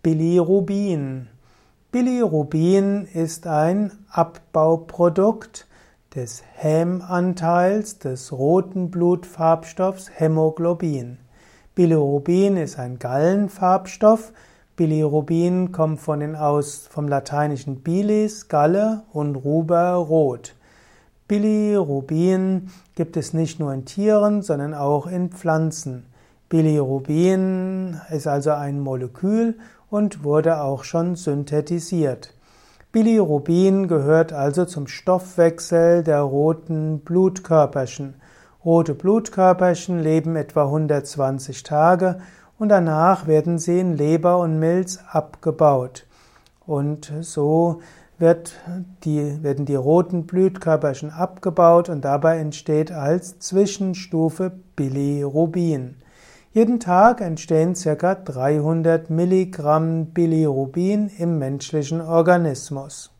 Bilirubin. Bilirubin ist ein Abbauprodukt des Hämanteils des roten Blutfarbstoffs Hämoglobin. Bilirubin ist ein Gallenfarbstoff. Bilirubin kommt vom lateinischen bilis, Galle, und ruber, rot. Bilirubin gibt es nicht nur in Tieren, sondern auch in Pflanzen. Bilirubin ist also ein Molekül und wurde auch schon synthetisiert. Bilirubin gehört also zum Stoffwechsel der roten Blutkörperchen. Rote Blutkörperchen leben etwa 120 Tage und danach werden sie in Leber und Milz abgebaut. Und so werden die roten Blutkörperchen abgebaut und dabei entsteht als Zwischenstufe Bilirubin. Jeden Tag entstehen ca. 300 Milligramm Bilirubin im menschlichen Organismus.